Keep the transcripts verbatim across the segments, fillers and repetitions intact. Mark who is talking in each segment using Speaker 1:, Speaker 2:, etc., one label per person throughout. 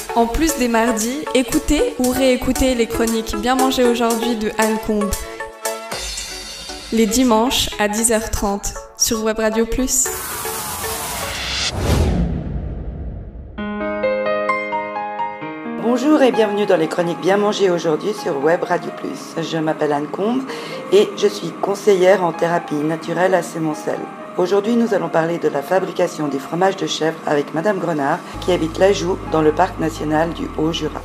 Speaker 1: En plus des mardis, écoutez ou réécoutez les chroniques Bien manger aujourd'hui de Anne Combe. Les dimanches à dix heures trente sur Web Radio Plus.
Speaker 2: Bonjour et bienvenue dans les chroniques Bien manger aujourd'hui sur Web Radio Plus. Je m'appelle Anne Combe et je suis conseillère en thérapie naturelle à Semoncel. Aujourd'hui, nous allons parler de la fabrication des fromages de chèvre avec Madame Grenard qui habite l'Ajoux dans le parc national du Haut-Jura.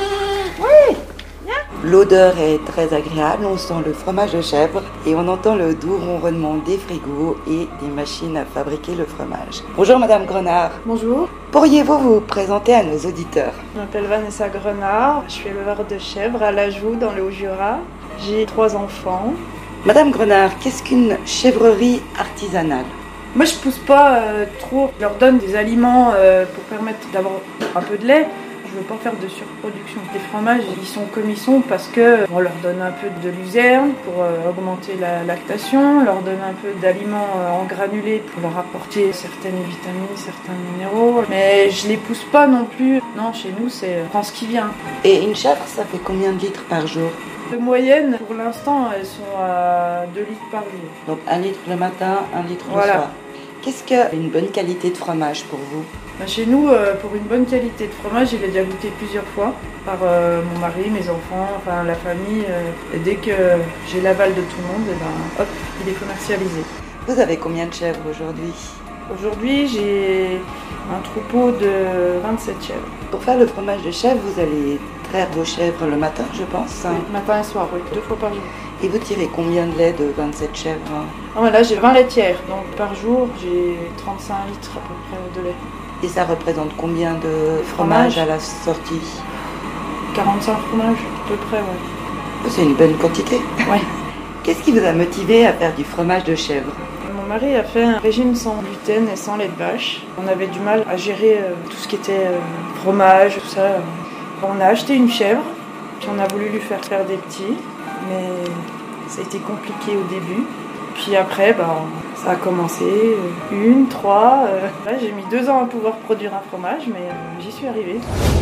Speaker 3: Oui.
Speaker 2: L'odeur est très agréable, on sent le fromage de chèvre et on entend le doux ronronnement des frigos et des machines à fabriquer le fromage. Bonjour Madame Grenard.
Speaker 3: Bonjour.
Speaker 2: Pourriez-vous vous présenter à nos auditeurs?
Speaker 3: Je m'appelle Vanessa Grenard, je suis éleveur de chèvres à l'Ajoux dans le Haut-Jura. J'ai trois enfants.
Speaker 2: Madame Grenard, qu'est-ce qu'une chèvrerie artisanale?
Speaker 3: Moi je pousse pas euh, trop, je leur donne des aliments euh, pour permettre d'avoir un peu de lait. Je veux pas faire de surproduction. Les fromages, ils sont comme ils sont parce que on leur donne un peu de luzerne pour euh, augmenter la lactation, on leur donne un peu d'aliments euh, en granulés pour leur apporter certaines vitamines, certains minéraux. Mais je les pousse pas non plus. Non, chez nous, c'est euh, prends ce qui vient.
Speaker 2: Et une chèvre, ça fait combien de litres par jour?
Speaker 3: De moyenne, pour l'instant, elles sont à deux litres par jour.
Speaker 2: Donc un litre le matin, un litre le
Speaker 3: Voilà.
Speaker 2: soir. Qu'est-ce qu'une bonne qualité de fromage pour vous?
Speaker 3: Ben, chez nous, euh, pour une bonne qualité de fromage, je l'ai déjà goûté plusieurs fois par euh, mon mari, mes enfants, enfin la famille. Euh, et dès que j'ai l'aval de tout le monde, et ben, hop, il est commercialisé.
Speaker 2: Vous avez combien de chèvres aujourd'hui?
Speaker 3: Aujourd'hui, j'ai un troupeau de vingt-sept chèvres.
Speaker 2: Pour faire le fromage de chèvre, vous allez traire vos chèvres le matin, je pense.
Speaker 3: Oui, matin et soir, oui, deux fois par jour.
Speaker 2: Et vous tirez combien de lait de vingt-sept chèvres?
Speaker 3: Ah, ben là, j'ai vingt laitières, donc par jour, j'ai trente-cinq litres à peu près de lait.
Speaker 2: Et ça représente combien de fromage
Speaker 3: Fromage
Speaker 2: à la sortie?
Speaker 3: quarante-cinq fromages, à peu près, oui.
Speaker 2: C'est une bonne quantité.
Speaker 3: Ouais.
Speaker 2: Qu'est-ce qui vous a motivé à faire du fromage de chèvre?
Speaker 3: Mon mari a fait un régime sans gluten et sans lait de vache. On avait du mal à gérer euh, tout ce qui était euh, fromage, tout ça. On a acheté une chèvre, puis on a voulu lui faire faire des petits, mais ça a été compliqué au début. Puis après, bah, ça a commencé, euh, une, trois. Euh. Là, j'ai mis deux ans à pouvoir produire un fromage, mais euh, j'y suis arrivée.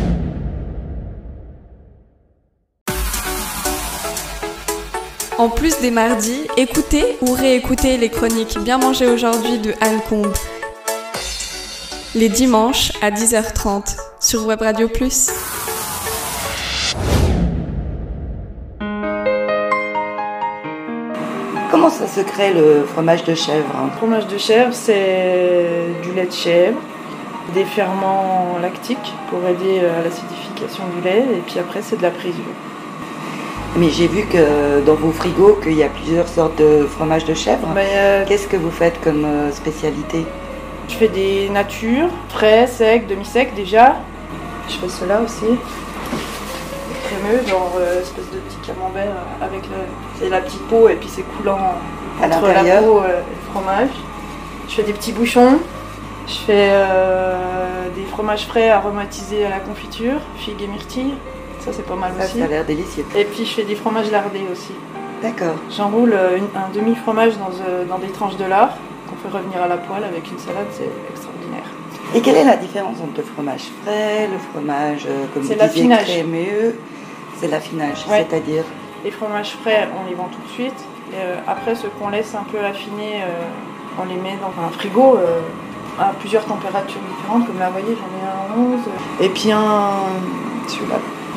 Speaker 1: En plus des mardis, écoutez ou réécoutez les chroniques Bien manger aujourd'hui de Anne Combe. Les dimanches à dix heures trente sur Web Radio Plus.
Speaker 2: Comment ça se crée le fromage de chèvre?
Speaker 3: Le fromage de chèvre, c'est du lait de chèvre, des ferments lactiques pour aider à l'acidification du lait, et puis après c'est de la présure.
Speaker 2: Mais j'ai vu que dans vos frigos, qu'il y a plusieurs sortes de fromage de chèvre.
Speaker 3: Mais, euh,
Speaker 2: Qu'est-ce que vous faites comme euh, spécialité?
Speaker 3: Je fais des natures, frais, secs, demi-secs déjà. Je fais cela aussi. Crémeux, genre euh, espèce de petit camembert avec le, c'est la petite peau et puis c'est coulant
Speaker 2: À
Speaker 3: entre la
Speaker 2: l'intérieur.
Speaker 3: peau euh, et le fromage. Je fais des petits bouchons. Je fais euh, des fromages frais aromatisés à la confiture, figues et myrtilles. Ça c'est pas mal
Speaker 2: Ça,
Speaker 3: aussi.
Speaker 2: ça a l'air délicieux.
Speaker 3: Et puis je fais des fromages lardés aussi.
Speaker 2: D'accord.
Speaker 3: J'enroule une- un demi-fromage dans, euh, dans des tranches de lard qu'on fait revenir à la poêle avec une salade, c'est extraordinaire.
Speaker 2: Et quelle est la différence entre le fromage frais, le fromage, euh, comme
Speaker 3: C'est
Speaker 2: vous disiez,
Speaker 3: l'affinage.
Speaker 2: crémeux? C'est l'affinage,
Speaker 3: Ouais.
Speaker 2: c'est-à-dire?
Speaker 3: Les fromages frais, on les vend tout de suite. Et, euh, après, ceux qu'on laisse un peu affiner, euh, on les met dans un frigo euh, à plusieurs températures différentes. Comme là, vous voyez, j'en ai un à onze. Et puis un... celui-là.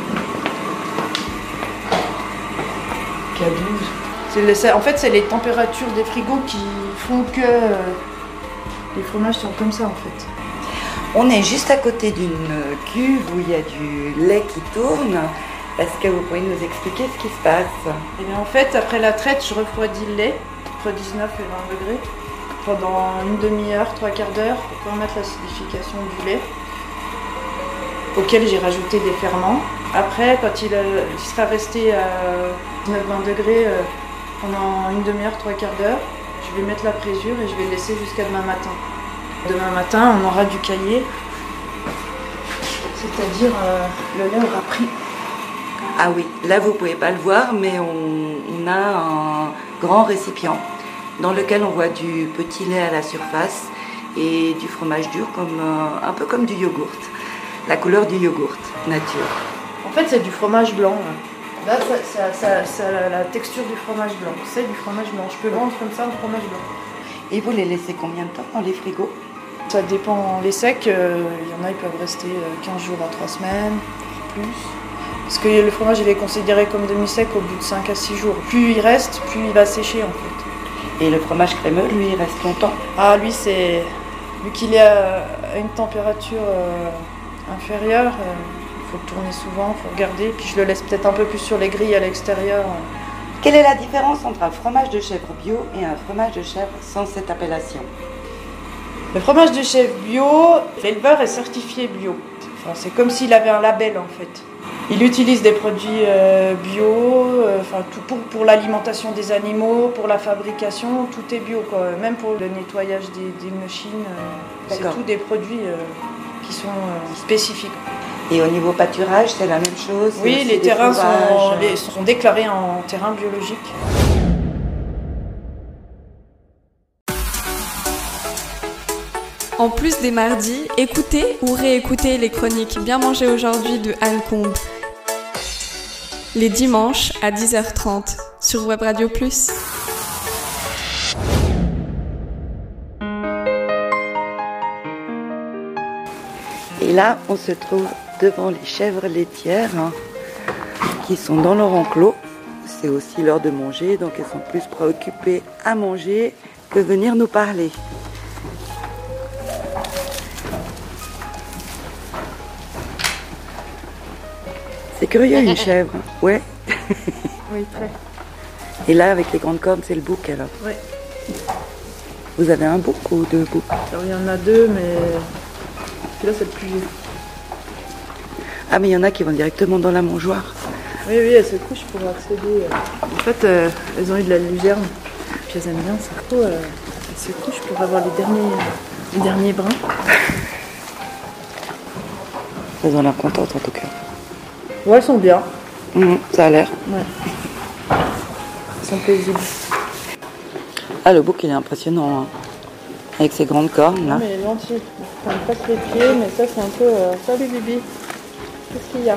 Speaker 3: Qui a douze. C'est le- c'est- en fait, c'est les températures des frigos qui font que euh, les fromages sont comme ça, en fait.
Speaker 2: On est juste à côté d'une cuve où il y a du lait qui tourne. Est-ce que vous pouvez nous expliquer ce qui se passe?
Speaker 3: Et bien en fait, après la traite, je refroidis le lait entre dix-neuf et vingt degrés pendant une demi-heure, trois quarts d'heure pour permettre l'acidification du lait, auquel j'ai rajouté des ferments. Après, quand il, euh, il sera resté à dix-neuf vingt degrés euh, pendant une demi-heure, trois quarts d'heure, je vais mettre la présure et je vais le laisser jusqu'à demain matin. Demain matin, on aura du caillé, c'est-à-dire euh, le lait aura pris.
Speaker 2: Ah oui, là vous pouvez pas le voir, mais on, on a un grand récipient dans lequel on voit du petit lait à la surface et du fromage dur, comme, euh, un peu comme du yogourt. la couleur du yogourt nature.
Speaker 3: En fait, c'est du fromage blanc. Là, là ça, ça, ça, ça a la texture du fromage blanc. C'est du fromage blanc. Je peux vendre comme ça un fromage blanc.
Speaker 2: Et vous les laissez combien de temps dans les frigos?
Speaker 3: Ça dépend. Les secs, euh, il y en a, ils peuvent rester quinze jours à trois semaines, plus. Parce que le fromage, il est considéré comme demi-sec au bout de cinq à six jours. Plus il reste, plus il va sécher en fait.
Speaker 2: Et le fromage crémeux, lui, il reste longtemps?
Speaker 3: Ah, lui, c'est... Vu qu'il est à une température euh, inférieure, euh, il faut le tourner souvent, il faut regarder. Puis je le laisse peut-être un peu plus sur les grilles à l'extérieur.
Speaker 2: Quelle est la différence entre un fromage de chèvre bio et un fromage de chèvre sans cette appellation?
Speaker 3: Le fromage de chèvre bio, l'éleveur est certifié bio. Enfin, c'est comme s'il avait un label en fait. Il utilise des produits euh, bio, euh, enfin, tout pour, pour l'alimentation des animaux, pour la fabrication, tout est bio, quoi. Même pour le nettoyage des, des machines, euh, c'est tous des produits euh, qui sont euh, spécifiques.
Speaker 2: Et au niveau pâturage, c'est la même chose?
Speaker 3: Oui, les terrains sont, les, sont déclarés en terrain biologique.
Speaker 1: En plus des mardis, écoutez ou réécoutez les chroniques Bien manger aujourd'hui de Anne Combe. Les dimanches à dix heures trente sur Web Radio Plus.
Speaker 2: Et là, on se trouve devant les chèvres laitières hein, qui sont dans leur enclos. C'est aussi l'heure de manger, donc elles sont plus préoccupées à manger que venir nous parler. C'est curieux une chèvre, ouais.
Speaker 3: Oui, très.
Speaker 2: Et là, avec les grandes cornes, c'est le bouc alors?
Speaker 3: Oui.
Speaker 2: Vous avez un bouc ou deux boucs?
Speaker 3: Alors, il y en a deux, mais celui-là, c'est le plus vieux.
Speaker 2: Ah, mais il y en a qui vont directement dans la mangeoire.
Speaker 3: Oui, oui, elles se couchent pour accéder. En fait, euh, elles ont eu de la luzerne, puis elles aiment bien ça. Euh, elles se couchent pour avoir les derniers, les derniers brins.
Speaker 2: Elles ont l'air contentes en tout cas.
Speaker 3: Ouais, elles sont bien.
Speaker 2: Mmh, ça a l'air.
Speaker 3: Ouais. Elles sont paisibles.
Speaker 2: Ah, le bouc, il est impressionnant. Hein. Avec ses grandes cornes, là.
Speaker 3: Non, mais gentil. Ça me passe les pieds, mais ça, c'est un peu... Euh... Salut, Bibi. Qu'est-ce qu'il y a?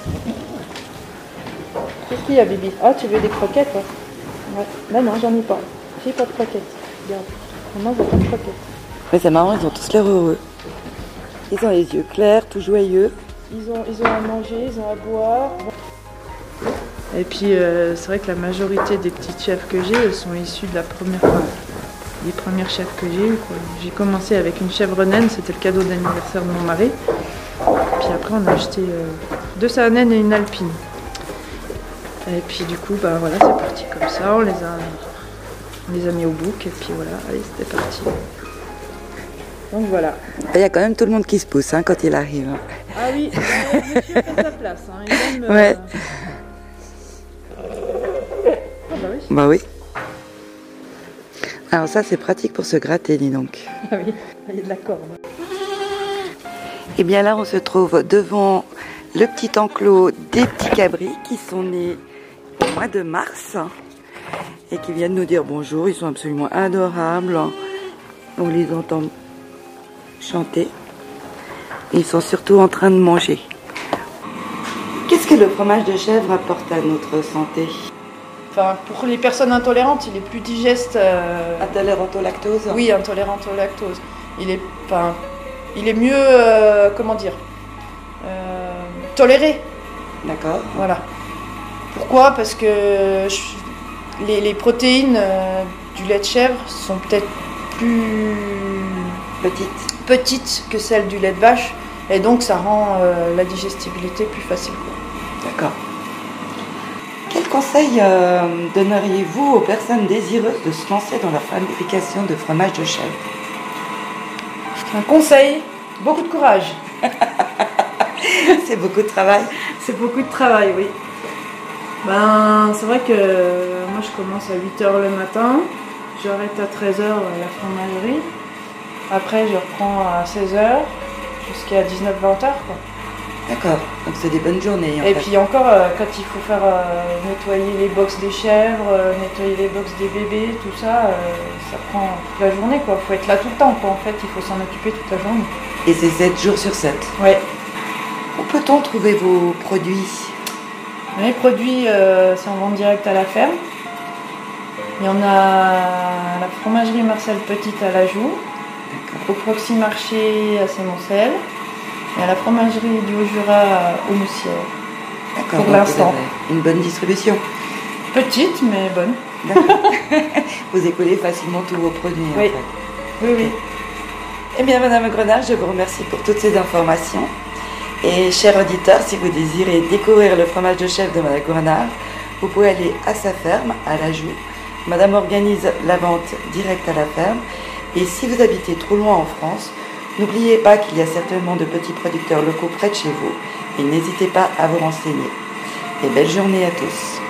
Speaker 3: Qu'est-ce qu'il y a, Bibi? Ah, tu veux des croquettes, hein? Ouais. Bah non, j'en ai pas. J'ai pas de croquettes. Regarde. Maman, j'ai pas de croquettes.
Speaker 2: Mais c'est marrant, ils ont tous l'air heureux. Ils ont les yeux clairs, tout joyeux.
Speaker 3: Ils ont, ils ont à manger, ils ont à boire. Et puis, euh, c'est vrai que la majorité des petites chèvres que j'ai, elles sont issues de la première fois. Les premières chèvres que j'ai eues. J'ai commencé avec une chèvre naine, c'était le cadeau d'anniversaire de mon mari. Puis après, on a acheté euh, deux Saanen et une alpine. Et puis du coup, bah voilà, c'est parti comme ça. On les a, on les a mis au bouc et puis voilà, allez, c'était parti. Donc voilà.
Speaker 2: Il y a quand même tout le monde qui se pousse hein, quand il arrive.
Speaker 3: Ah oui, le monsieur fait sa place. Hein. Il aime,
Speaker 2: ouais.
Speaker 3: Euh... Ah bah oui.
Speaker 2: Bah oui. Alors ça, c'est pratique pour se gratter, dis donc.
Speaker 3: Ah oui, il y a de la corde.
Speaker 2: Et bien là, on se trouve devant le petit enclos des petits cabris qui sont nés au mois de mars et qui viennent nous dire bonjour. Ils sont absolument adorables. On les entend chanter. Ils sont surtout en train de manger. Qu'est-ce que le fromage de chèvre apporte à notre santé?
Speaker 3: Enfin, pour les personnes intolérantes, il est plus digeste. Euh...
Speaker 2: Intolérante au lactose?
Speaker 3: Oui, intolérante au lactose. Il est, enfin, il est mieux, euh, comment dire, euh, toléré.
Speaker 2: D'accord.
Speaker 3: Voilà. Pourquoi? Parce que je, les, les protéines euh, du lait de chèvre sont peut-être plus
Speaker 2: petites.
Speaker 3: petites que celles du lait de vache, et donc ça rend euh, la digestibilité plus facile.
Speaker 2: D'accord. Quel conseil euh, donneriez-vous aux personnes désireuses de se lancer dans la fabrication de fromage de chèvre?
Speaker 3: Un conseil, beaucoup de courage.
Speaker 2: C'est beaucoup de travail.
Speaker 3: C'est beaucoup de travail, oui. Ben, c'est vrai que moi je commence à huit heures le matin, j'arrête à treize heures la fromagerie. Après je reprends à seize heures jusqu'à dix-neuf vingt heures. Quoi.
Speaker 2: D'accord, donc c'est des bonnes journées. En
Speaker 3: Et
Speaker 2: fait.
Speaker 3: puis encore, euh, quand il faut faire euh, nettoyer les box des chèvres, euh, nettoyer les box des bébés, tout ça, euh, ça prend toute la journée. Il faut être là tout le temps. Quoi. En fait, il faut s'en occuper toute la journée.
Speaker 2: Et c'est sept jours sur sept.
Speaker 3: Ouais.
Speaker 2: Où peut-on trouver vos produits?
Speaker 3: Les produits, euh, c'est en vente directe à la ferme. Il y en a à la fromagerie Marcel Petite à La Joux, au Proxy Marché à Sémoncel et à la fromagerie du Haut-Jura au Moussière.
Speaker 2: D'accord,
Speaker 3: pour l'instant.
Speaker 2: Une bonne distribution.
Speaker 3: Petite, mais bonne.
Speaker 2: D'accord. Vous écoulez facilement tous vos produits.
Speaker 3: Oui,
Speaker 2: en fait.
Speaker 3: oui, oui.
Speaker 2: Eh bien, Madame Grenard, je vous remercie pour toutes ces informations. Et chers auditeurs, si vous désirez découvrir le fromage de chèvre de Madame Grenard, vous pouvez aller à sa ferme, à La Joux. Madame organise la vente directe à la ferme. Et si vous habitez trop loin en France, n'oubliez pas qu'il y a certainement de petits producteurs locaux près de chez vous. Et n'hésitez pas à vous renseigner. Et belle journée à tous.